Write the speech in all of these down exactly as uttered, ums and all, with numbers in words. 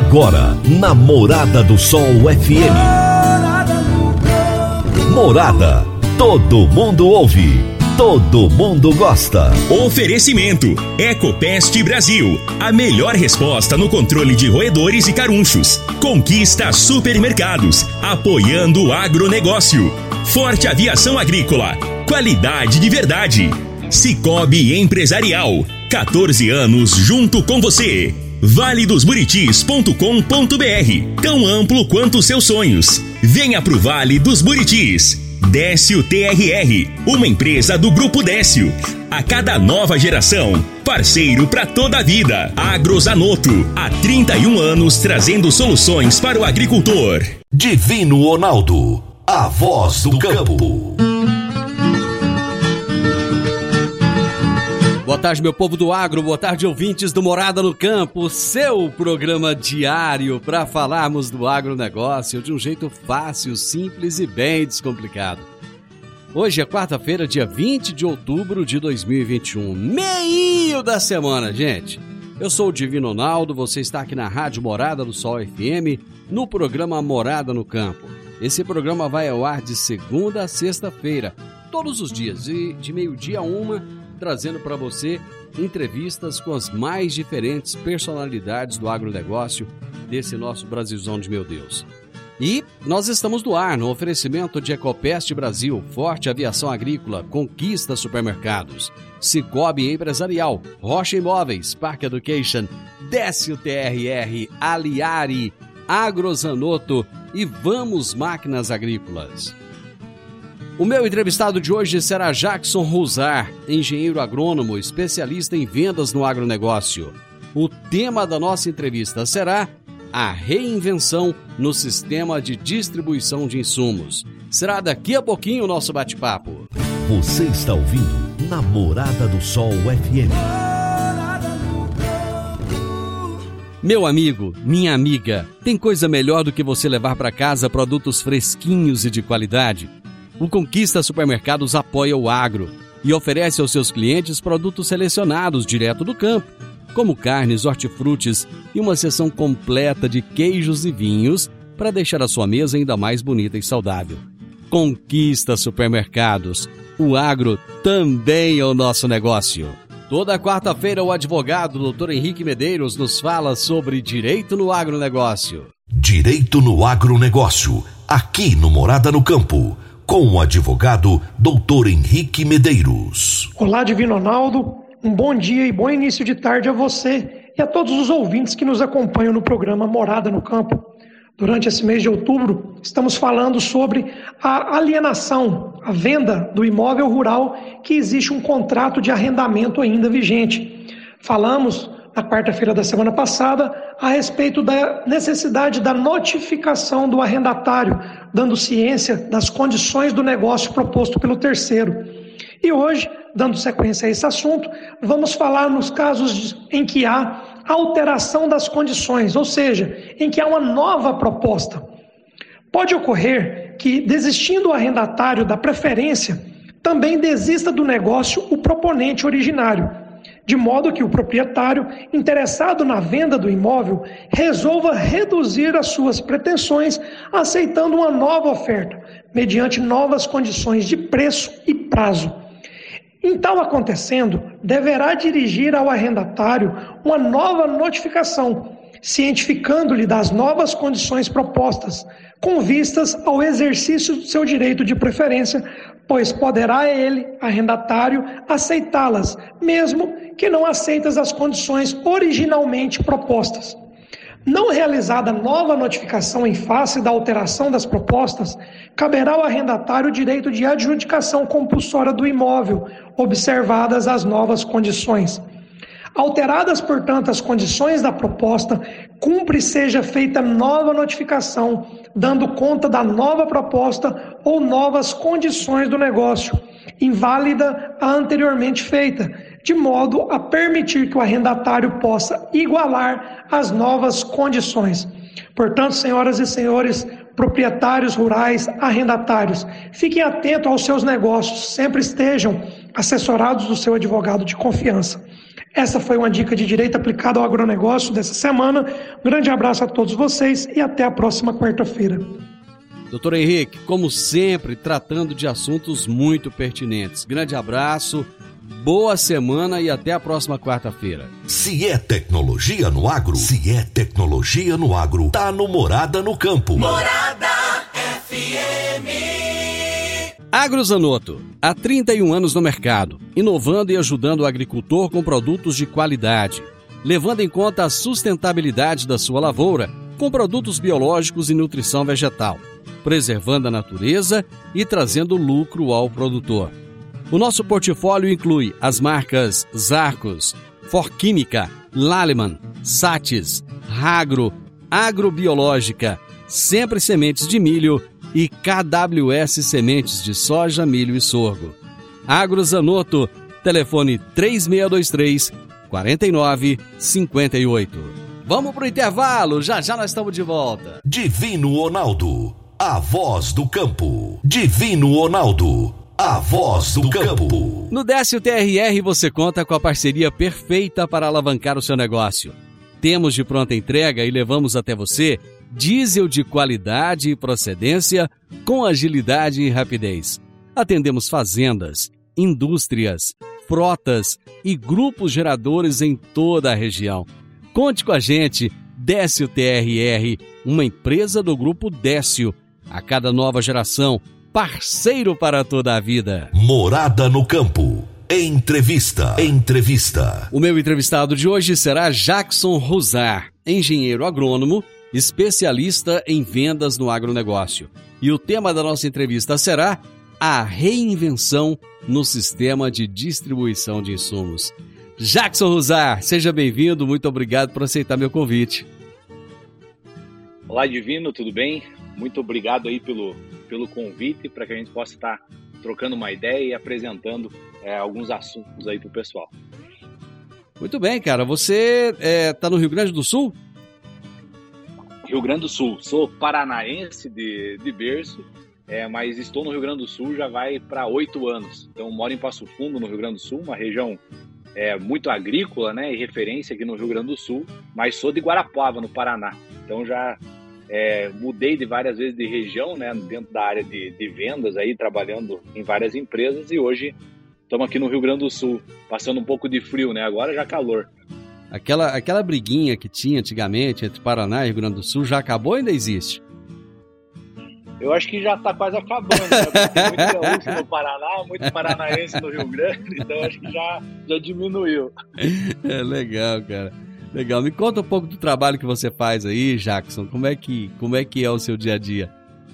Agora, na Morada do Sol F M. Morada, todo mundo ouve, todo mundo gosta. Oferecimento, Ecopest Brasil, a melhor resposta no controle de roedores e carunchos. Conquista Supermercados, apoiando o agronegócio. Forte Aviação Agrícola, qualidade de verdade. Cicobi Empresarial, catorze anos junto com você. vale dos buritis ponto com ponto b r, tão amplo quanto seus sonhos. Venha pro Vale dos Buritis. Décio T R R, uma empresa do Grupo Décio. A cada nova geração, parceiro para toda a vida. Agrozanoto, há trinta e um anos trazendo soluções para o agricultor. Divino Ronaldo, a voz do campo. Boa tarde, meu povo do agro, boa tarde, ouvintes do Morada no Campo, seu programa diário para falarmos do agronegócio de um jeito fácil, simples e bem descomplicado. Hoje é quarta-feira, dia vinte de outubro de dois mil e vinte e um, meio da semana, gente. Eu sou o Divino Ronaldo, você está aqui na Rádio Morada do Sol F M, no programa Morada no Campo. Esse programa vai ao ar de segunda a sexta-feira, todos os dias, de, de meio-dia a uma, trazendo para você entrevistas com as mais diferentes personalidades do agronegócio desse nosso Brasilzão de meu Deus. E nós estamos no ar no oferecimento de Ecopest Brasil, Forte Aviação Agrícola, Conquista Supermercados, Cicobi Empresarial, Rocha Imóveis, Park Education, Décio T R R, Aliari, Agrozanoto e Vamos Máquinas Agrícolas. O meu entrevistado de hoje será Jackson Rousar, engenheiro agrônomo, especialista em vendas no agronegócio. O tema da nossa entrevista será a reinvenção no sistema de distribuição de insumos. Será daqui a pouquinho o nosso bate-papo. Você está ouvindo Namorada do Sol F M. Meu amigo, minha amiga, tem coisa melhor do que você levar para casa produtos fresquinhos e de qualidade? O Conquista Supermercados apoia o agro e oferece aos seus clientes produtos selecionados direto do campo, como carnes, hortifrutis e uma seção completa de queijos e vinhos para deixar a sua mesa ainda mais bonita e saudável. Conquista Supermercados, o agro também é o nosso negócio. Toda quarta-feira o advogado doutor Henrique Medeiros nos fala sobre direito no agronegócio. Direito no agronegócio, aqui no Morada no Campo, com o advogado doutor Henrique Medeiros. Olá, Divino Ronaldo, um bom dia e bom início de tarde a você e a todos os ouvintes que nos acompanham no programa Morada no Campo. Durante esse mês de outubro, estamos falando sobre a alienação, a venda do imóvel rural, que existe um contrato de arrendamento ainda vigente. Falamos na quarta-feira da semana passada a respeito da necessidade da notificação do arrendatário, dando ciência das condições do negócio proposto pelo terceiro. E hoje, dando sequência a esse assunto, vamos falar nos casos em que há alteração das condições, ou seja, em que há uma nova proposta. Pode ocorrer que, desistindo o arrendatário da preferência, também desista do negócio o proponente originário, de modo que o proprietário, interessado na venda do imóvel, resolva reduzir as suas pretensões, aceitando uma nova oferta, mediante novas condições de preço e prazo. Em tal acontecendo, deverá dirigir ao arrendatário uma nova notificação, cientificando-lhe das novas condições propostas, com vistas ao exercício do seu direito de preferência, pois poderá ele, arrendatário, aceitá-las, mesmo que não aceitas as condições originalmente propostas. Não realizada nova notificação em face da alteração das propostas, caberá ao arrendatário o direito de adjudicação compulsória do imóvel, observadas as novas condições. Alteradas, portanto, as condições da proposta, cumpre seja feita nova notificação, dando conta da nova proposta ou novas condições do negócio, inválida a anteriormente feita, de modo a permitir que o arrendatário possa igualar as novas condições. Portanto, senhoras e senhores, proprietários rurais, arrendatários. Fiquem atentos aos seus negócios, sempre estejam assessorados do seu advogado de confiança. Essa foi uma dica de direito aplicado ao agronegócio dessa semana. Um grande abraço a todos vocês e até a próxima quarta-feira. Doutor Henrique, como sempre, tratando de assuntos muito pertinentes. Grande abraço, boa semana e até a próxima quarta-feira. Se é tecnologia no agro, se é tecnologia no agro, tá no Morada no Campo. Morada F M. AgroZanoto, há trinta e um anos no mercado, inovando e ajudando o agricultor com produtos de qualidade, levando em conta a sustentabilidade da sua lavoura com produtos biológicos e nutrição vegetal, preservando a natureza e trazendo lucro ao produtor. O nosso portfólio inclui as marcas Zarcos, Forquímica, Laleman, Satis, Ragro, Agrobiológica, Sempre Sementes de Milho e K W S Sementes de Soja, Milho e Sorgo. AgroZanoto, telefone três seis dois três, quatro nove cinco oito. Vamos pro intervalo, já já nós estamos de volta. Divino Ronaldo, a voz do campo. Divino Ronaldo, a voz do campo. No Décio T R R você conta com a parceria perfeita para alavancar o seu negócio. Temos de pronta entrega e levamos até você diesel de qualidade e procedência com agilidade e rapidez. Atendemos fazendas, indústrias, frotas e grupos geradores em toda a região. Conte com a gente, Décio T R R, uma empresa do Grupo Décio. A cada nova geração, parceiro para toda a vida. Morada no Campo. Entrevista. Entrevista. O meu entrevistado de hoje será Jackson Rosar, engenheiro agrônomo, especialista em vendas no agronegócio. E o tema da nossa entrevista será a reinvenção no sistema de distribuição de insumos. Jackson Rosar, seja bem-vindo, muito obrigado por aceitar meu convite. Olá, Divino, tudo bem? Muito obrigado aí pelo, pelo convite, para que a gente possa estar trocando uma ideia e apresentando é, alguns assuntos aí para o pessoal. Muito bem, cara. Você está é, no Rio Grande do Sul? Rio Grande do Sul. Sou paranaense de, de berço, é, mas estou no Rio Grande do Sul já vai para oito anos. Então, moro em Passo Fundo, no Rio Grande do Sul, uma região é, muito agrícola, né, e referência aqui no Rio Grande do Sul, mas sou de Guarapuava, no Paraná. Então, já é, mudei de várias vezes de região, né, dentro da área de, de vendas, aí, trabalhando em várias empresas, e hoje estamos aqui no Rio Grande do Sul, passando um pouco de frio, né, agora já calor. Aquela, aquela briguinha que tinha antigamente entre Paraná e Rio Grande do Sul já acabou ou ainda existe? Eu acho que já está quase acabando, né? Tem muito gaúcho no Paraná, muito paranaense no Rio Grande, então acho que já, já diminuiu. É legal, cara. Legal. Me conta um pouco do trabalho que você faz aí, Jackson. Como é que, como é, que é o seu dia a dia?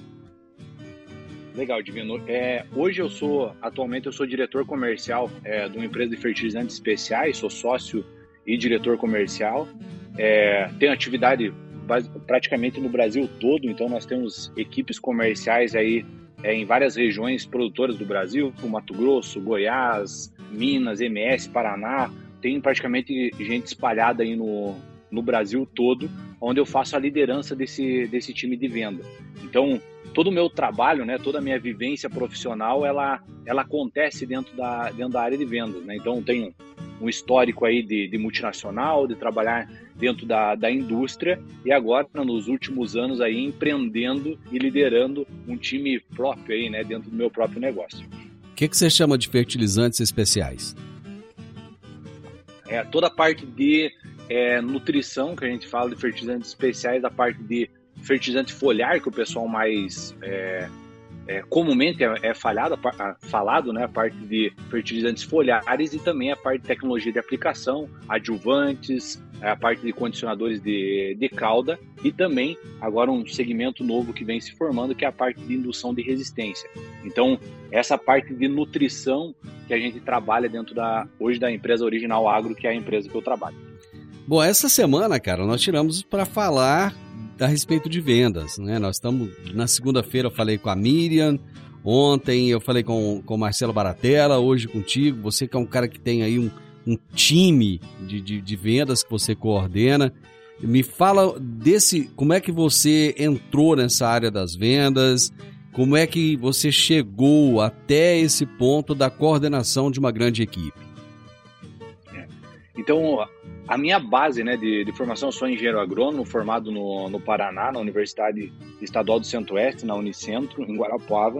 Legal, Divino. É, hoje eu sou, atualmente eu sou diretor comercial é, de uma empresa de fertilizantes especiais, sou sócio e diretor comercial. É, tenho atividade base, praticamente no Brasil todo, então nós temos equipes comerciais aí é, em várias regiões produtoras do Brasil, como Mato Grosso, Goiás, Minas, M S, Paraná. Tem praticamente gente espalhada aí no, no Brasil todo, onde eu faço a liderança desse, desse time de venda. Então, todo o meu trabalho, né, toda a minha vivência profissional, ela, ela acontece dentro da, dentro da área de vendas, né? Então, tenho um histórico aí de, de multinacional, de trabalhar dentro da, da indústria e agora, nos últimos anos, aí, empreendendo e liderando um time próprio aí, né, dentro do meu próprio negócio. O que, que você chama de fertilizantes especiais? É, toda a parte de é, nutrição, que a gente fala de fertilizantes especiais, a parte de fertilizante foliar, que o pessoal mais é, é, comumente é, é falhado, a, falado, né, a parte de fertilizantes foliares e também a parte de tecnologia de aplicação, adjuvantes, a parte de condicionadores de, de cauda e também agora um segmento novo que vem se formando, que é a parte de indução de resistência. Então, essa parte de nutrição que a gente trabalha dentro da, hoje da empresa Original Agro, que é a empresa que eu trabalho. Bom, essa semana, cara, nós tiramos para falar a respeito de vendas, né? Nós estamos, na segunda-feira eu falei com a Miriam, ontem eu falei com, com o Marcelo Baratella, hoje contigo, você que é um cara que tem aí um, um time de, de, de vendas que você coordena, Me fala desse, como é que você entrou nessa área das vendas, como é que você chegou até esse ponto da coordenação de uma grande equipe? É. Então, a minha base, né, de, de formação, eu sou engenheiro agrônomo, formado no, no Paraná, na Universidade Estadual do Centro-Oeste, na Unicentro, em Guarapuava.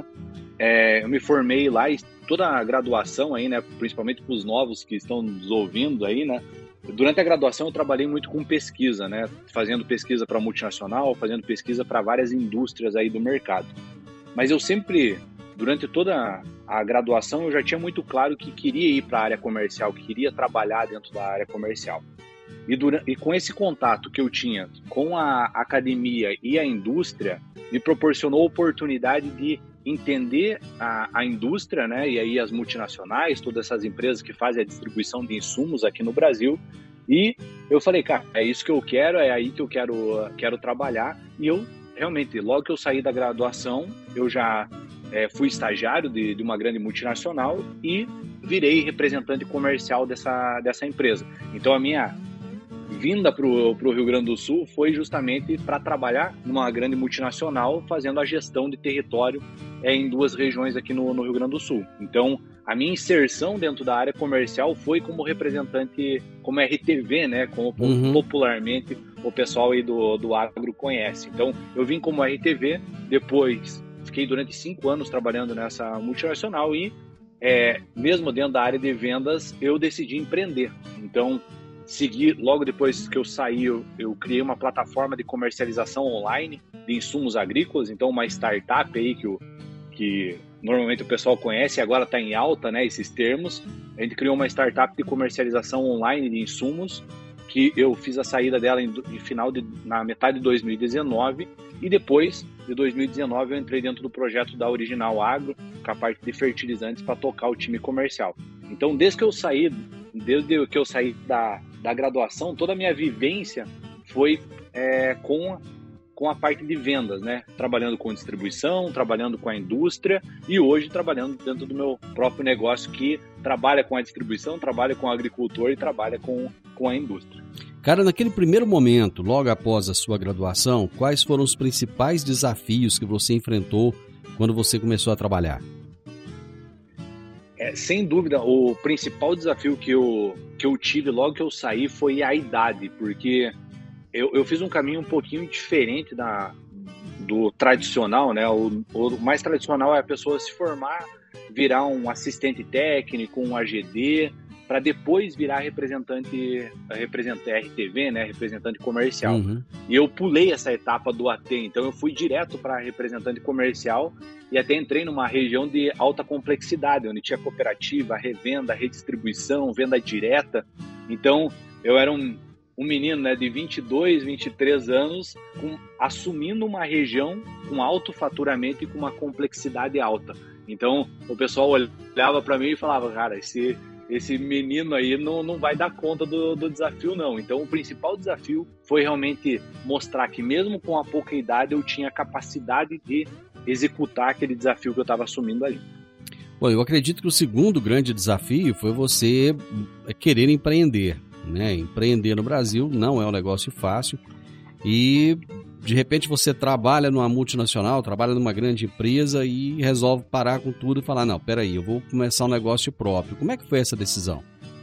É, eu me formei lá e toda a graduação aí, né, principalmente para os novos que estão nos ouvindo aí, né, durante a graduação eu trabalhei muito com pesquisa, né, fazendo pesquisa para multinacional, fazendo pesquisa para várias indústrias aí do mercado. Mas eu sempre, durante toda a graduação, eu já tinha muito claro que queria ir para a área comercial, que queria trabalhar dentro da área comercial. E, durante, e com esse contato que eu tinha com a academia e a indústria, me proporcionou a oportunidade de entender a, a indústria, né, e aí as multinacionais, todas essas empresas que fazem a distribuição de insumos aqui no Brasil. E eu falei, cara, é isso que eu quero, é aí que eu quero, quero trabalhar. E eu, realmente, logo que eu saí da graduação, eu já é, fui estagiário de, de uma grande multinacional e virei representante comercial dessa, dessa empresa. Então, a minha vinda para o Rio Grande do Sul foi justamente para trabalhar numa grande multinacional, fazendo a gestão de território é, em duas regiões aqui no, no Rio Grande do Sul. Então, a minha inserção dentro da área comercial foi como representante, como R T V, né, como uhum. popularmente o pessoal aí do, do agro conhece. Então, eu vim como R T V, depois fiquei durante cinco anos trabalhando nessa multinacional e, é, mesmo dentro da área de vendas, eu decidi empreender. Então, segui, logo depois que eu saí, eu, eu criei uma plataforma de comercialização online de insumos agrícolas, então uma startup aí que, o, que normalmente o pessoal conhece, agora está em alta, né, esses termos. A gente criou uma startup de comercialização online de insumos, que eu fiz a saída dela em, em final de, na metade de dois mil e dezenove, e depois de dois mil e dezenove eu entrei dentro do projeto da Original Agro, com a parte de fertilizantes, para tocar o time comercial. Então, desde que eu saí, desde que eu saí da, da graduação, toda a minha vivência foi é, com, com a parte de vendas, né? Trabalhando com distribuição, trabalhando com a indústria e hoje trabalhando dentro do meu próprio negócio que trabalha com a distribuição, trabalha com o agricultor e trabalha com, com a indústria. Cara, naquele primeiro momento, logo após a sua graduação, quais foram os principais desafios que você enfrentou quando você começou a trabalhar? É, sem dúvida, o principal desafio que eu, que eu tive logo que eu saí foi a idade, porque eu, eu fiz um caminho um pouquinho diferente da, do tradicional, né? O, o mais tradicional é a pessoa se formar, virar um assistente técnico, um A G D, para depois virar representante, representante R T V, né? Representante comercial. Uhum. E eu pulei essa etapa do A T, então eu fui direto para representante comercial e até entrei numa região de alta complexidade, onde tinha cooperativa, revenda, redistribuição, venda direta. Então, eu era um, um menino, né, de vinte e dois, vinte e três anos, com, assumindo uma região com alto faturamento e com uma complexidade alta. Então, o pessoal olhava para mim e falava, cara, esse, esse menino aí não, não vai dar conta do, do desafio, não. Então, o principal desafio foi realmente mostrar que, mesmo com a pouca idade, eu tinha capacidade de executar aquele desafio que eu estava assumindo ali. Bom, eu acredito que o segundo grande desafio foi você querer empreender, né? Empreender no Brasil não é um negócio fácil e, de repente, você trabalha numa multinacional, trabalha numa grande empresa e resolve parar com tudo e falar, não, peraí, eu vou começar um negócio próprio. Como é que foi essa decisão?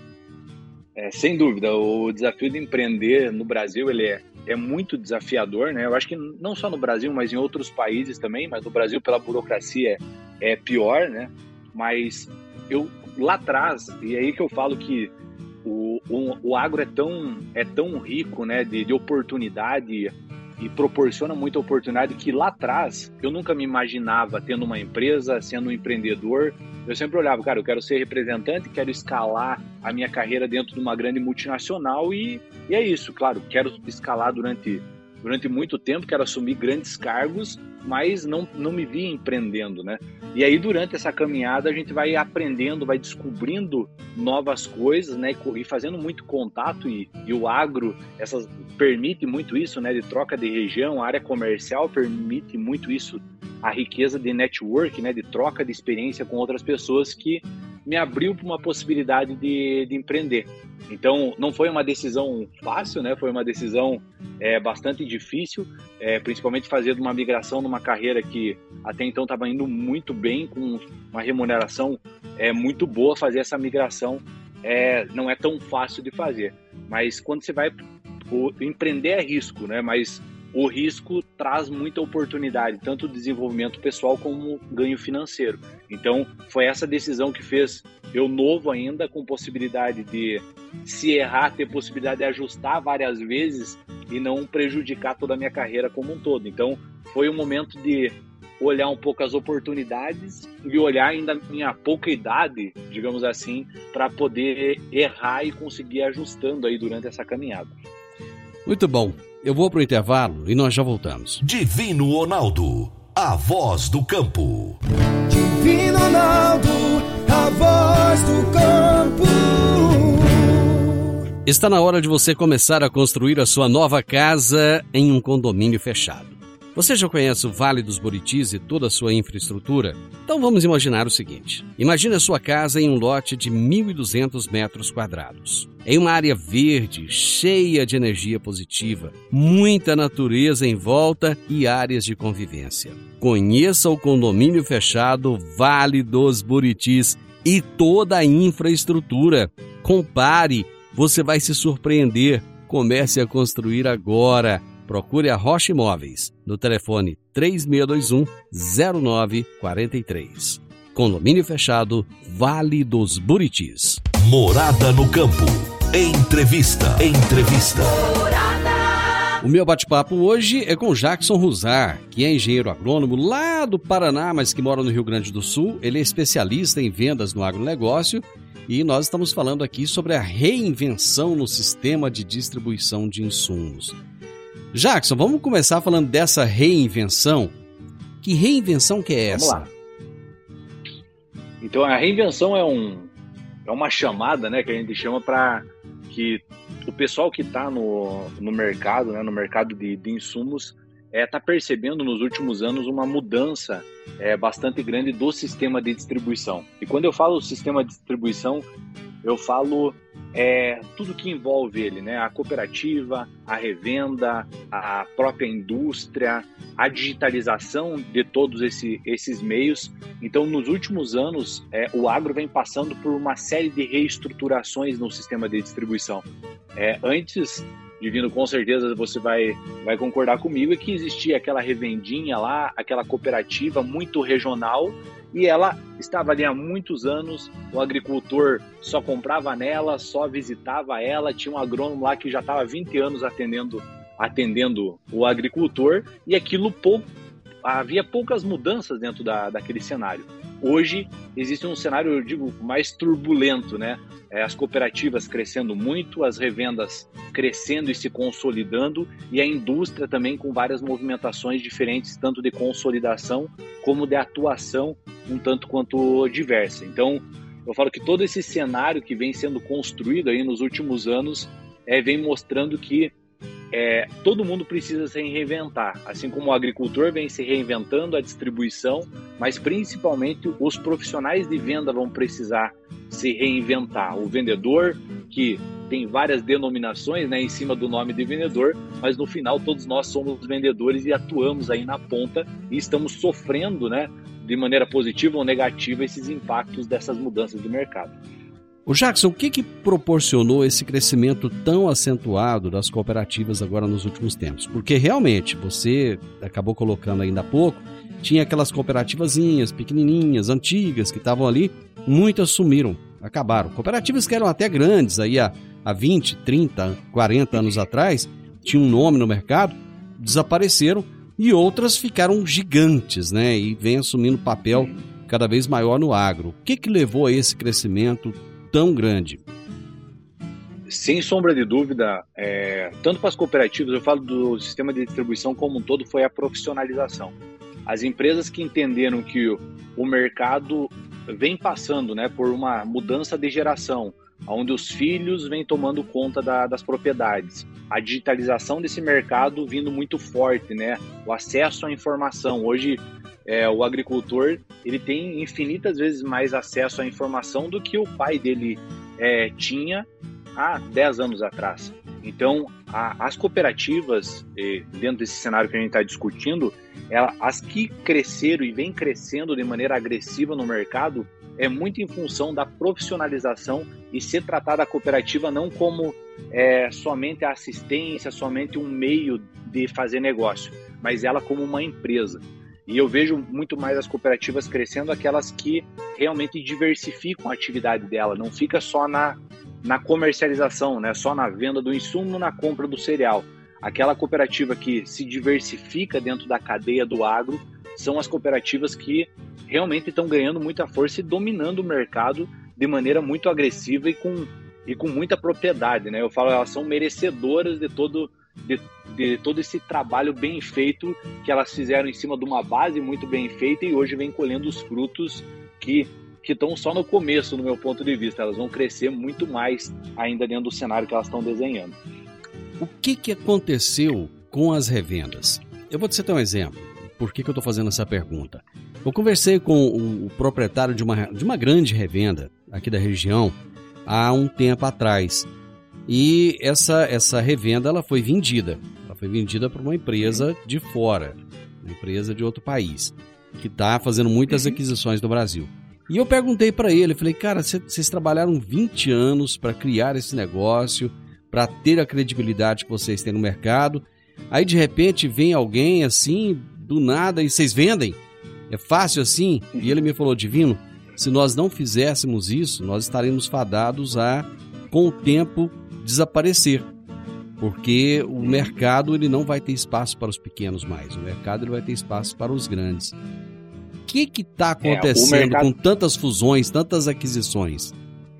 É, sem dúvida, o desafio de empreender no Brasil, ele é, é muito desafiador, né? Eu acho que não só no Brasil, mas em outros países também, mas no Brasil, pela burocracia, é, é pior, né? Mas eu, lá atrás, e é aí que eu falo que o, o, o agro é tão, é tão rico, né, de, de oportunidade e proporciona muita oportunidade que lá atrás eu nunca me imaginava tendo uma empresa, sendo um empreendedor. Eu sempre olhava, cara, eu quero ser representante, quero escalar a minha carreira dentro de uma grande multinacional e, e é isso, claro, quero escalar durante, durante muito tempo, quero assumir grandes cargos, mas não, não me via empreendendo, né? E aí, durante essa caminhada, a gente vai aprendendo, vai descobrindo novas coisas, né? E fazendo muito contato, e, e o agro essas, permite muito isso, né? De troca de região, a área comercial permite muito isso, a riqueza de network, né? De troca de experiência com outras pessoas que me abriu para uma possibilidade de, de empreender. Então, não foi uma decisão fácil, né? Foi uma decisão é, bastante difícil, é, principalmente fazer uma migração numa carreira que até então estava indo muito bem, com uma remuneração é, muito boa. Fazer essa migração é, não é tão fácil de fazer. Mas quando você vai... O, empreender é risco, né? Mas o risco traz muita oportunidade, tanto desenvolvimento pessoal como ganho financeiro. Então, foi essa decisão que fez eu novo ainda, com possibilidade de, se errar, ter possibilidade de ajustar várias vezes e não prejudicar toda a minha carreira como um todo. Então, foi um momento de olhar um pouco as oportunidades e olhar ainda a minha pouca idade, digamos assim, para poder errar e conseguir ajustando aí durante essa caminhada. Muito bom. Eu vou para o intervalo e nós já voltamos. Divino Ronaldo, a voz do campo. Divino Ronaldo, a voz do campo. Está na hora de você começar a construir a sua nova casa em um condomínio fechado. Você já conhece o Vale dos Buritis e toda a sua infraestrutura? Então vamos imaginar o seguinte. Imagine a sua casa em um lote de mil e duzentos metros quadrados. Em uma área verde, cheia de energia positiva, muita natureza em volta e áreas de convivência. Conheça o condomínio fechado Vale dos Buritis e toda a infraestrutura. Compare, você vai se surpreender. Comece a construir agora. Procure a Rocha Imóveis no telefone três seis dois um, zero nove quatro três. Condomínio fechado Vale dos Buritis. Morada no campo. Entrevista. Entrevista. O meu bate-papo hoje é com Jackson Ruzar, que é engenheiro agrônomo lá do Paraná, mas que mora no Rio Grande do Sul. Ele é especialista em vendas no agronegócio e nós estamos falando aqui sobre a reinvenção no sistema de distribuição de insumos. Jackson, vamos começar falando dessa reinvenção. Que reinvenção que é essa? Vamos lá. Então, a reinvenção é, um, é uma chamada, né, que a gente chama para que o pessoal que está no, no mercado, né, no mercado de, de insumos, está é, percebendo nos últimos anos uma mudança é, bastante grande do sistema de distribuição. E quando eu falo sistema de distribuição, eu falo é, tudo que envolve ele, né? A cooperativa, a revenda, a própria indústria, a digitalização de todos esse, esses meios. Então, nos últimos anos, é, o agro vem passando por uma série de reestruturações no sistema de distribuição. É, antes, Divino, com certeza você vai, vai concordar comigo, é que existia aquela revendinha lá, aquela cooperativa muito regional, e ela estava ali há muitos anos, o agricultor só comprava nela, só visitava ela, tinha um agrônomo lá que já estava há vinte anos atendendo, atendendo o agricultor, e aquilo pouco, havia poucas mudanças dentro da, daquele cenário. Hoje existe um cenário, eu digo, mais turbulento, né? As cooperativas crescendo muito, as revendas crescendo e se consolidando, e a indústria também com várias movimentações diferentes, tanto de consolidação como de atuação, um tanto quanto diversa. Então, eu falo que todo esse cenário que vem sendo construído aí nos últimos anos é, vem mostrando que É, todo mundo precisa se reinventar, assim como o agricultor vem se reinventando, a distribuição, mas principalmente os profissionais de venda vão precisar se reinventar. O vendedor, que tem várias denominações, né, em cima do nome de vendedor, mas no final todos nós somos vendedores e atuamos aí na ponta e estamos sofrendo, né, de maneira positiva ou negativa esses impactos dessas mudanças de mercado. O Jackson, o que que proporcionou esse crescimento tão acentuado das cooperativas agora nos últimos tempos? Porque realmente, você acabou colocando ainda há pouco, tinha aquelas cooperativazinhas, pequenininhas, antigas, que estavam ali, muitas sumiram, acabaram. Cooperativas que eram até grandes, aí há, há vinte, trinta, quarenta anos atrás, tinham um nome no mercado, desapareceram, e outras ficaram gigantes, né? E vem assumindo papel cada vez maior no agro. O que que levou a esse crescimento tão grande? Sem sombra de dúvida, é, tanto para as cooperativas, eu falo do sistema de distribuição como um todo, foi a profissionalização. As empresas que entenderam que o, o mercado vem passando, né, por uma mudança de geração, onde os filhos vêm tomando conta da, das propriedades. A digitalização desse mercado vindo muito forte, né? O acesso à informação. Hoje, é, o agricultor ele tem infinitas vezes mais acesso à informação do que o pai dele é, tinha há dez anos atrás. Então, a, as cooperativas, eh, dentro desse cenário que a gente está discutindo, ela, as que cresceram e vêm crescendo de maneira agressiva no mercado, é muito em função da profissionalização e ser tratada a cooperativa não como é, somente a assistência, somente um meio de fazer negócio, mas ela como uma empresa. E eu vejo muito mais as cooperativas crescendo, aquelas que realmente diversificam a atividade dela, não fica só na, na comercialização, né? Só na venda do insumo, na compra do cereal. Aquela cooperativa que se diversifica dentro da cadeia do agro são as cooperativas que realmente estão ganhando muita força e dominando o mercado de maneira muito agressiva e com, e com muita propriedade, né? Eu falo, elas são merecedoras de todo, de, de todo esse trabalho bem feito que elas fizeram em cima de uma base muito bem feita e hoje vem colhendo os frutos que que estão só no começo, no meu ponto de vista. Elas vão crescer muito mais ainda dentro do cenário que elas estão desenhando. O que, que aconteceu com as revendas? Eu vou te citar um exemplo. Por que, que eu estou fazendo essa pergunta? Eu conversei com o, o proprietário de uma, de uma grande revenda aqui da região há um tempo atrás. E essa, essa revenda ela foi vendida. Ela foi vendida para uma empresa de fora, uma empresa de outro país, que está fazendo muitas aquisições no Brasil. E eu perguntei para ele, falei, cara, vocês trabalharam vinte anos para criar esse negócio, para ter a credibilidade que vocês têm no mercado. Aí, de repente, vem alguém assim, do nada, e vocês vendem? É fácil assim? E ele me falou, Divino, se nós não fizéssemos isso, nós estaremos fadados a, com o tempo, desaparecer. Porque o mercado ele não vai ter espaço para os pequenos mais. O mercado ele vai ter espaço para os grandes. O que está acontecendo é, mercado... com tantas fusões, tantas aquisições?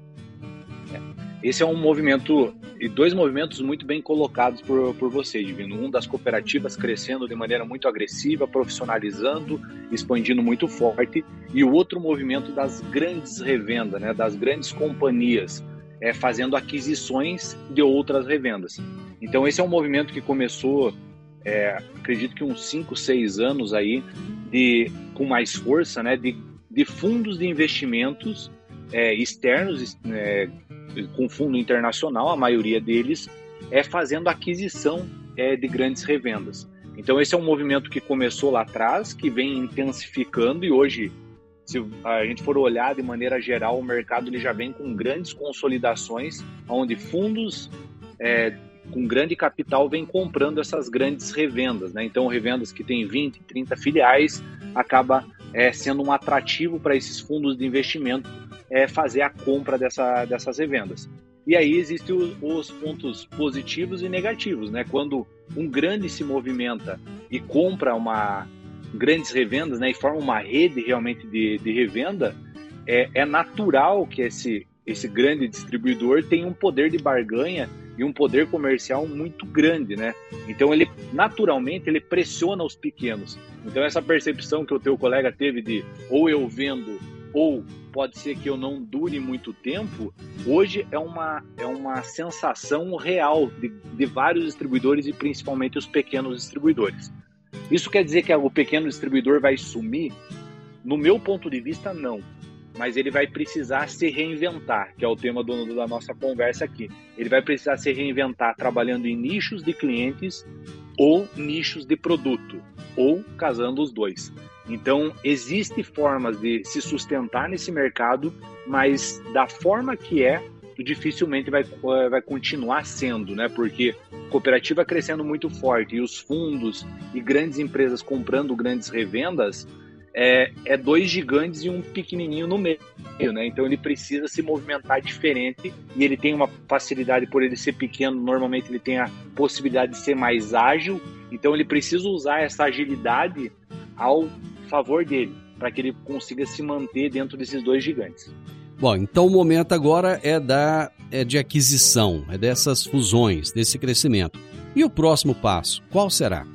Esse é um movimento, e dois movimentos muito bem colocados por, por você, Divino. Um das cooperativas crescendo de maneira muito agressiva, profissionalizando, expandindo muito forte, e o outro movimento das grandes revendas, né, das grandes companhias, é, fazendo aquisições de outras revendas. Então esse é um movimento que começou, é, acredito que uns cinco, seis anos aí, de, com mais força, né, de, de fundos de investimentos é, externos, é, com fundo internacional, a maioria deles, é fazendo aquisição é, de grandes revendas. Então esse é um movimento que começou lá atrás, que vem intensificando e hoje, se a gente for olhar de maneira geral, o mercado ele já vem com grandes consolidações, onde fundos é, com grande capital vem comprando essas grandes revendas, né? Então revendas que têm vinte, trinta filiais, acaba é, sendo um atrativo para esses fundos de investimento é, fazer a compra dessa, dessas revendas. E aí existem os, os pontos positivos e negativos, né? Quando um grande se movimenta e compra uma grandes revendas, né, e forma uma rede realmente de, de revenda, é, é natural que esse, esse grande distribuidor tenha um poder de barganha e um poder comercial muito grande, né? Então ele naturalmente ele pressiona os pequenos. Então essa percepção que o teu colega teve de ou eu vendo ou pode ser que eu não dure muito tempo, hoje é uma, é uma sensação real de, de vários distribuidores e principalmente os pequenos distribuidores. Isso quer dizer que o pequeno distribuidor vai sumir? No meu ponto de vista, não. Mas ele vai precisar se reinventar, que é o tema do, da nossa conversa aqui. Ele vai precisar se reinventar trabalhando em nichos de clientes ou nichos de produto, ou casando os dois. Então, existem formas de se sustentar nesse mercado, mas da forma que é, dificilmente vai, vai continuar sendo, né? Porque cooperativa crescendo muito forte e os fundos e grandes empresas comprando grandes revendas, É, é dois gigantes e um pequenininho no meio, né? Então ele precisa se movimentar diferente e ele tem uma facilidade por ele ser pequeno, normalmente ele tem a possibilidade de ser mais ágil, então ele precisa usar essa agilidade ao favor dele, para que ele consiga se manter dentro desses dois gigantes. Bom, então o momento agora é, da, é de aquisição, é dessas fusões, desse crescimento. E o próximo passo, qual será?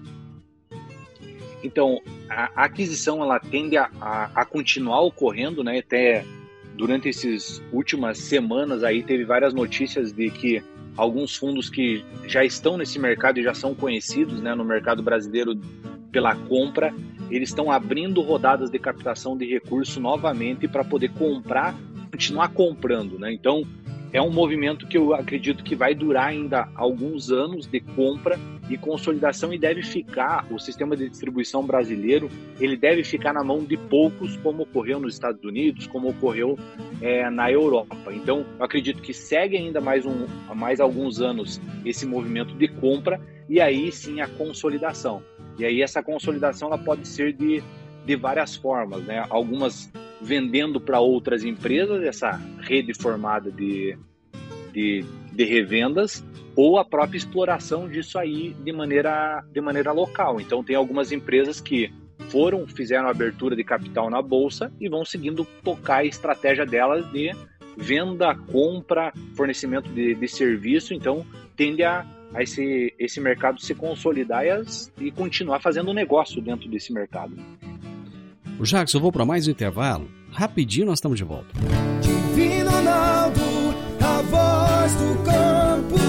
Então, a aquisição ela tende a, a, a continuar ocorrendo, né? Até durante essas últimas semanas aí teve várias notícias de que alguns fundos que já estão nesse mercado e já são conhecidos, né, no mercado brasileiro pela compra, eles estão abrindo rodadas de captação de recurso novamente para poder comprar, continuar comprando, né? Então, é um movimento que eu acredito que vai durar ainda alguns anos de compra e consolidação e deve ficar, o sistema de distribuição brasileiro, ele deve ficar na mão de poucos, como ocorreu nos Estados Unidos, como ocorreu é, na Europa. Então, eu acredito que segue ainda mais, um, mais alguns anos esse movimento de compra e aí sim a consolidação. E aí essa consolidação ela pode ser de, de várias formas, né? Algumas vendendo para outras empresas, essa rede formada de, de, de revendas, ou a própria exploração disso aí de maneira, de maneira local. Então tem algumas empresas que foram, fizeram a abertura de capital na Bolsa e vão seguindo tocar a estratégia delas de venda, compra, fornecimento de, de serviço, então tende a, a esse, esse mercado se consolidar e, as, e continuar fazendo negócio dentro desse mercado. O Jackson, eu vou para mais um intervalo. Rapidinho nós estamos de volta. Divino Ronaldo, a voz do campo.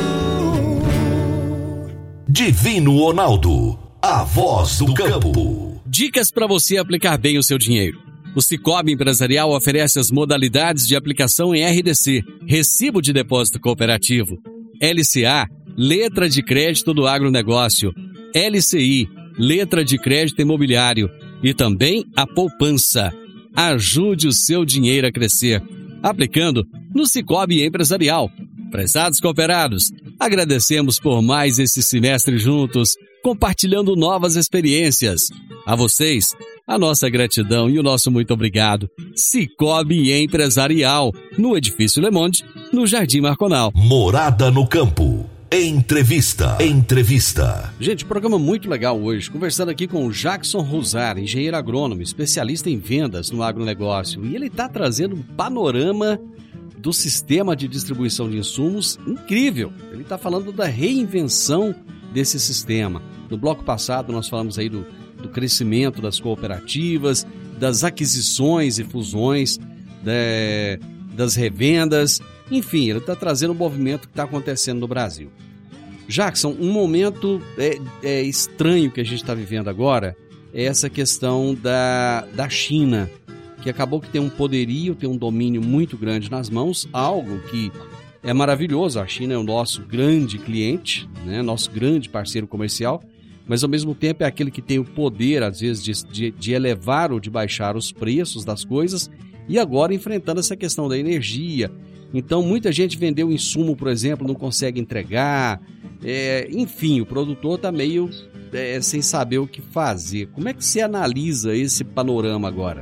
Divino Ronaldo, a voz do campo. Dicas para você aplicar bem o seu dinheiro. O Sicoob Empresarial oferece as modalidades de aplicação em R D C, Recibo de Depósito Cooperativo, L C A, Letra de Crédito do Agronegócio, L C I, Letra de Crédito Imobiliário e também a poupança. Ajude o seu dinheiro a crescer, aplicando no Sicoob Empresarial. Prezados cooperados, agradecemos por mais esse semestre juntos, compartilhando novas experiências. A vocês, a nossa gratidão e o nosso muito obrigado. Sicoob Empresarial, no Edifício Le Monde, no Jardim Marconal. Morada no Campo. Entrevista. Entrevista. Gente, programa muito legal hoje. Conversando aqui com o Jackson Rosar, engenheiro agrônomo, especialista em vendas no agronegócio. E ele está trazendo um panorama do sistema de distribuição de insumos incrível. Ele está falando da reinvenção desse sistema. No bloco passado nós falamos aí do, do crescimento das cooperativas, das aquisições e fusões, de, das revendas. Enfim, ele está trazendo o movimento que está acontecendo no Brasil. Jackson, um momento é, é estranho que a gente está vivendo agora é essa questão da, da China, que acabou que tem um poderio, tem um domínio muito grande nas mãos, algo que é maravilhoso. A China é o nosso grande cliente, né, nosso grande parceiro comercial, mas ao mesmo tempo é aquele que tem o poder, às vezes, de, de, de elevar ou de baixar os preços das coisas, e agora enfrentando essa questão da energia. Então, muita gente vendeu insumo, por exemplo, não consegue entregar. É, enfim, o produtor está meio é, sem saber o que fazer. Como é que você analisa esse panorama agora?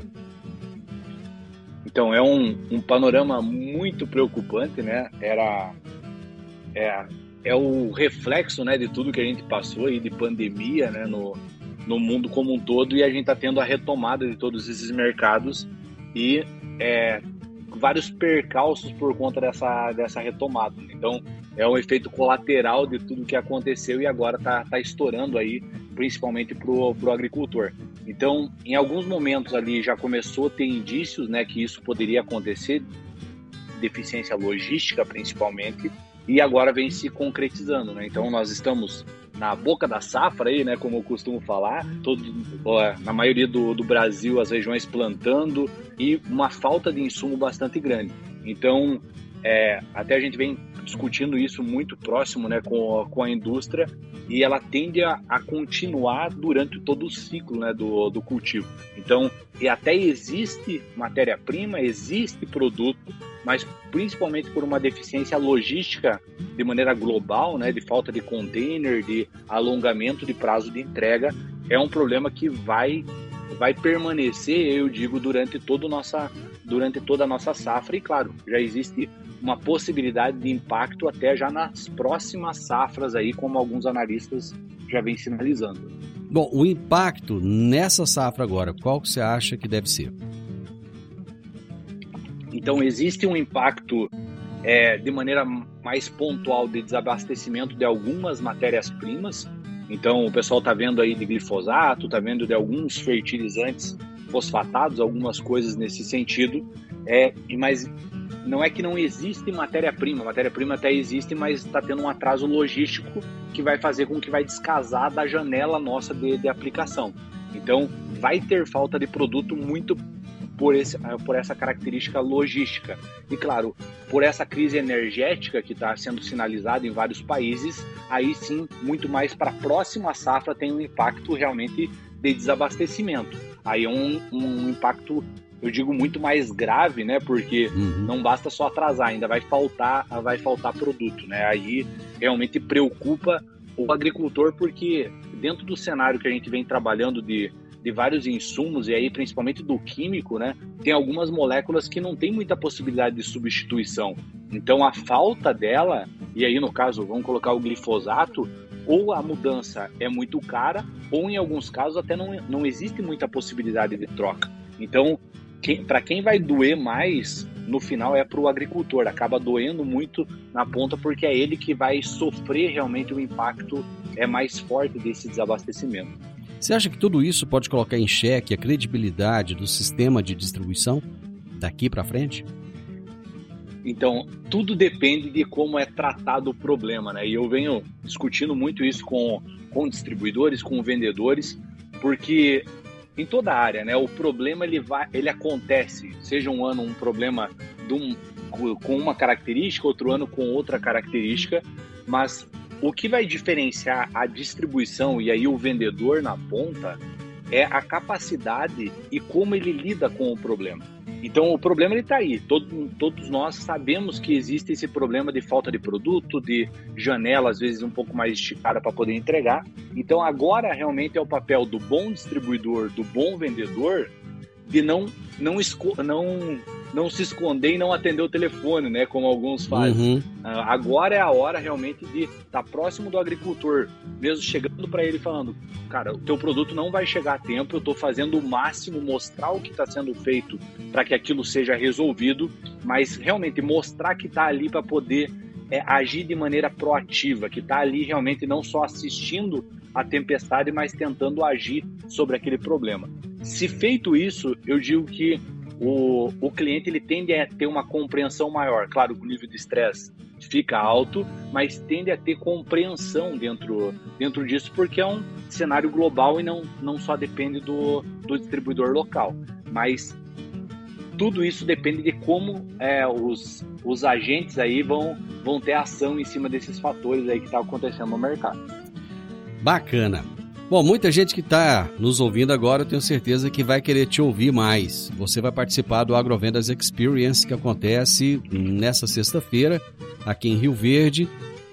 Então, é um, um panorama muito preocupante, né? Era, é, é o reflexo, né, de tudo que a gente passou aí, de pandemia, né, no, no mundo como um todo, e a gente está tendo a retomada de todos esses mercados e é, vários percalços por conta dessa, dessa retomada. Então, é um efeito colateral de tudo que aconteceu e agora está tá estourando aí, principalmente para o agricultor. Então, em alguns momentos ali já começou a ter indícios, né, que isso poderia acontecer, deficiência logística principalmente, e agora vem se concretizando, né? Então, nós estamos na boca da safra aí, né, como eu costumo falar, todo, ó, na maioria do, do Brasil as regiões plantando e uma falta de insumo bastante grande. Então, é, até a gente vem discutindo isso muito próximo, né, com, com a indústria, e ela tende a, a continuar durante todo o ciclo, né, do, do cultivo. Então, e até existe matéria-prima, existe produto, mas principalmente por uma deficiência logística de maneira global, né, de falta de container, de alongamento de prazo de entrega, é um problema que vai, vai permanecer, eu digo, durante, todo nossa, durante toda a nossa safra. E claro, já existe uma possibilidade de impacto até já nas próximas safras, aí, como alguns analistas já vêm sinalizando. Bom, o impacto nessa safra agora, qual que você acha que deve ser? Então, existe um impacto é, de maneira mais pontual de desabastecimento de algumas matérias-primas. Então, o pessoal está vendo aí de glifosato, está vendo de alguns fertilizantes fosfatados, algumas coisas nesse sentido. É, mas não é que não existe matéria-prima, matéria-prima até existe, mas está tendo um atraso logístico que vai fazer com que vai descasar da janela nossa de, de aplicação. Então, vai ter falta de produto muito por, esse, por essa característica logística. E, claro, por essa crise energética que está sendo sinalizada em vários países, aí sim, muito mais para a próxima safra tem um impacto realmente de desabastecimento. Aí é um, um impacto, eu digo, muito mais grave, né? Porque uhum. não basta só atrasar, ainda vai faltar, vai faltar produto, né? Aí realmente preocupa o agricultor, porque dentro do cenário que a gente vem trabalhando de, de vários insumos, e aí principalmente do químico, né? Tem algumas moléculas que não tem muita possibilidade de substituição. Então a falta dela, e aí no caso, vamos colocar o glifosato, ou a mudança é muito cara, ou em alguns casos até não, não existe muita possibilidade de troca. Então, para quem vai doer mais, no final é para o agricultor, acaba doendo muito na ponta, porque é ele que vai sofrer realmente o impacto é mais forte desse desabastecimento. Você acha que tudo isso pode colocar em xeque a credibilidade do sistema de distribuição daqui para frente? Então, tudo depende de como é tratado o problema, né? E eu venho discutindo muito isso com, com distribuidores, com vendedores, porque em toda a área, né? O problema ele, vai, ele acontece, seja um ano um problema de um, com uma característica, outro ano com outra característica, mas o que vai diferenciar a distribuição e aí o vendedor na ponta é a capacidade e como ele lida com o problema. Então o problema ele está aí, Todo, todos nós sabemos que existe esse problema de falta de produto, de janela às vezes um pouco mais esticada para poder entregar. Então agora realmente é o papel do bom distribuidor, do bom vendedor, de não, não, esco, não, não se esconder e não atender o telefone, né, como alguns fazem. Uhum. Uh, agora é a hora realmente de estar tá próximo do agricultor, mesmo chegando para ele falando, cara, o teu produto não vai chegar a tempo, eu estou fazendo o máximo, mostrar o que está sendo feito para que aquilo seja resolvido, mas realmente mostrar que está ali para poder é, agir de maneira proativa, que está ali realmente não só assistindo a tempestade, mas tentando agir sobre aquele problema. Se feito isso, eu digo que o, o cliente ele tende a ter uma compreensão maior. Claro que o nível de estresse fica alto, mas tende a ter compreensão dentro, dentro disso, porque é um cenário global e não, não só depende do, do distribuidor local. Mas tudo isso depende de como é, os, os agentes aí vão, vão ter ação em cima desses fatores aí que estão acontecendo no mercado. Bacana. Bom, muita gente que está nos ouvindo agora, eu tenho certeza que vai querer te ouvir mais. Você vai participar do Agrovendas Experience, que acontece nessa sexta-feira, aqui em Rio Verde.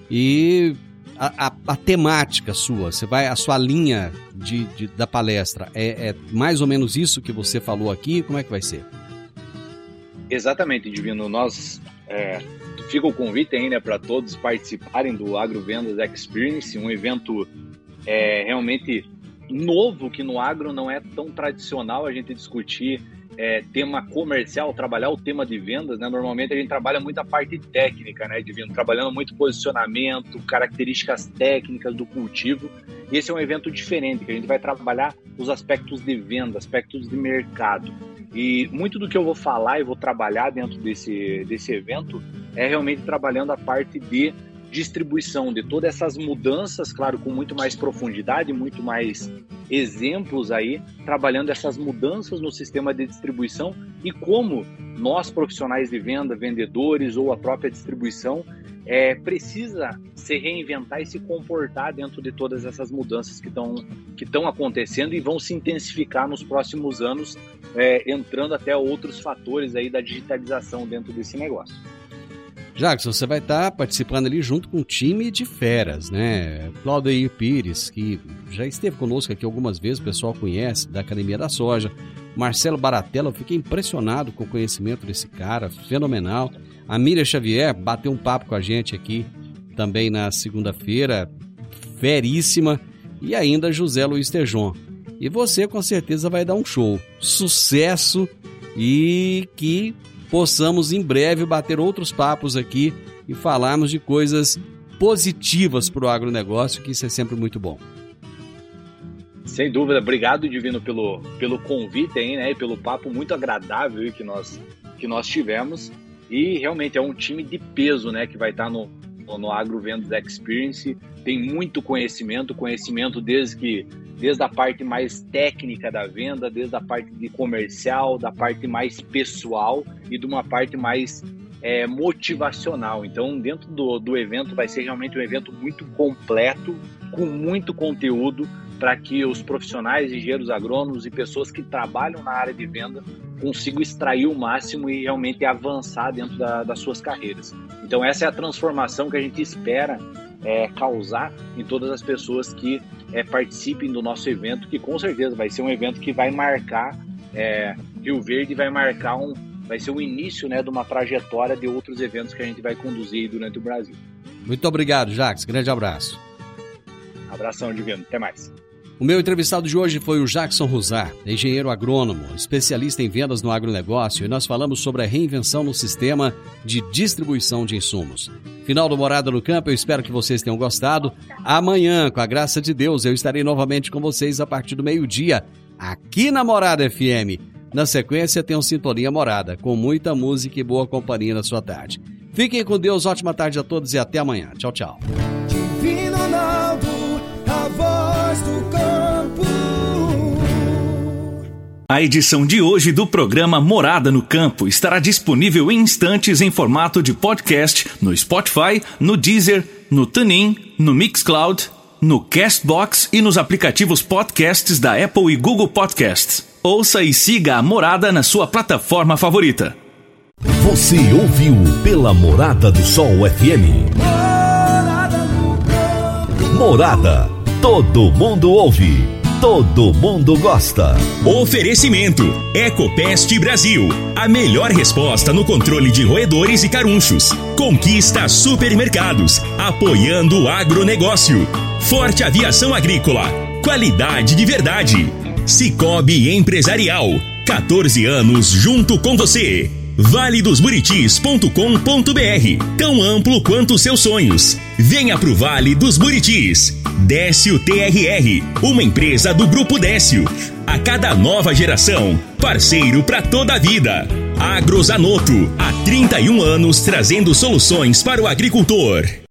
E a, a, a temática sua, você vai, a sua linha de, de, da palestra, é, é mais ou menos isso que você falou aqui? Como é que vai ser? Exatamente, Divino. Nós, é, fica o convite aí, né, para todos participarem do Agrovendas Experience, um evento é realmente novo, que no agro não é tão tradicional a gente discutir é, tema comercial, trabalhar o tema de vendas, né? Normalmente a gente trabalha muito a parte técnica, né, Divino? Trabalhando muito posicionamento, características técnicas do cultivo. E esse é um evento diferente, que a gente vai trabalhar os aspectos de venda, aspectos de mercado. E muito do que eu vou falar e vou trabalhar dentro desse, desse evento é realmente trabalhando a parte de distribuição, de todas essas mudanças, claro, com muito mais profundidade, muito mais exemplos aí, trabalhando essas mudanças no sistema de distribuição e como nós, profissionais de venda, vendedores ou a própria distribuição, é, precisa se reinventar e se comportar dentro de todas essas mudanças que estão que estão acontecendo e vão se intensificar nos próximos anos, é, entrando até outros fatores aí da digitalização dentro desse negócio. Jackson, você vai estar participando ali junto com um time de feras, né? Claudeir Pires, que já esteve conosco aqui algumas vezes, o pessoal conhece, da Academia da Soja. Marcelo Baratella, eu fiquei impressionado com o conhecimento desse cara, fenomenal. A Miriam Xavier bateu um papo com a gente aqui também na segunda-feira, feríssima. E ainda José Luiz Tejon. E você com certeza vai dar um show. Sucesso e que possamos em breve bater outros papos aqui e falarmos de coisas positivas para o agronegócio, que isso é sempre muito bom. Sem dúvida, obrigado, Divino, pelo, pelo convite aí, né, e pelo papo muito agradável aí que nós, que nós tivemos. E realmente é um time de peso, né, que vai estar no, no Agrovendas Experience. Tem muito conhecimento, conhecimento desde que desde a parte mais técnica da venda, desde a parte de comercial, da parte mais pessoal e de uma parte mais é, motivacional. Então, dentro do, do evento, vai ser realmente um evento muito completo, com muito conteúdo, para que os profissionais, engenheiros agrônomos e pessoas que trabalham na área de venda consigam extrair o máximo e realmente avançar dentro da, das suas carreiras. Então, essa é a transformação que a gente espera é, causar em todas as pessoas que é, participem do nosso evento, que com certeza vai ser um evento que vai marcar é, Rio Verde, vai marcar um, vai ser o início, né, de uma trajetória de outros eventos que a gente vai conduzir durante o Brasil. Muito obrigado, Jacques. Grande abraço. Abração, Divino. Até mais. O meu entrevistado de hoje foi o Jackson Ruzar, engenheiro agrônomo, especialista em vendas no agronegócio, e nós falamos sobre a reinvenção no sistema de distribuição de insumos. Final do Morada no Campo, eu espero que vocês tenham gostado. Amanhã, com a graça de Deus, eu estarei novamente com vocês a partir do meio-dia, aqui na Morada F M. Na sequência, tem um Sintonia Morada, com muita música e boa companhia na sua tarde. Fiquem com Deus, ótima tarde a todos e até amanhã. Tchau, tchau. Divino Ronaldo, a voz do campo. A edição de hoje do programa Morada no Campo estará disponível em instantes em formato de podcast no Spotify, no Deezer, no TuneIn, no Mixcloud, no Castbox e nos aplicativos podcasts da Apple e Google Podcasts. Ouça e siga a Morada na sua plataforma favorita. Você ouviu pela Morada do Sol F M. Morada. Todo mundo ouve. Todo mundo gosta. Oferecimento: Ecopest Brasil. A melhor resposta no controle de roedores e carunchos. Conquista Supermercados. Apoiando o agronegócio. Forte Aviação Agrícola. Qualidade de verdade. Cicobi Empresarial. quatorze anos junto com você. vale dos buritis ponto com ponto b r. Tão amplo quanto seus sonhos. Venha pro Vale dos Buritis. Décio T R R, uma empresa do Grupo Décio. A cada nova geração, parceiro para toda a vida. Agrozanoto, há trinta e um anos trazendo soluções para o agricultor.